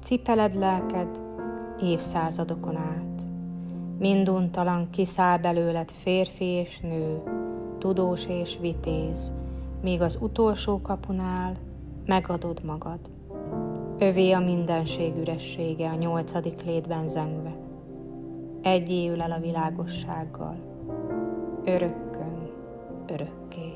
cipeled lelked évszázadokon át. Minduntalan kiszáll belőled férfi és nő, tudós és vitéz, míg az utolsó kapunál megadod magad. Övé a mindenség üressége a 8. létben zengve. Egyéül el a világossággal, örökkön, örökké.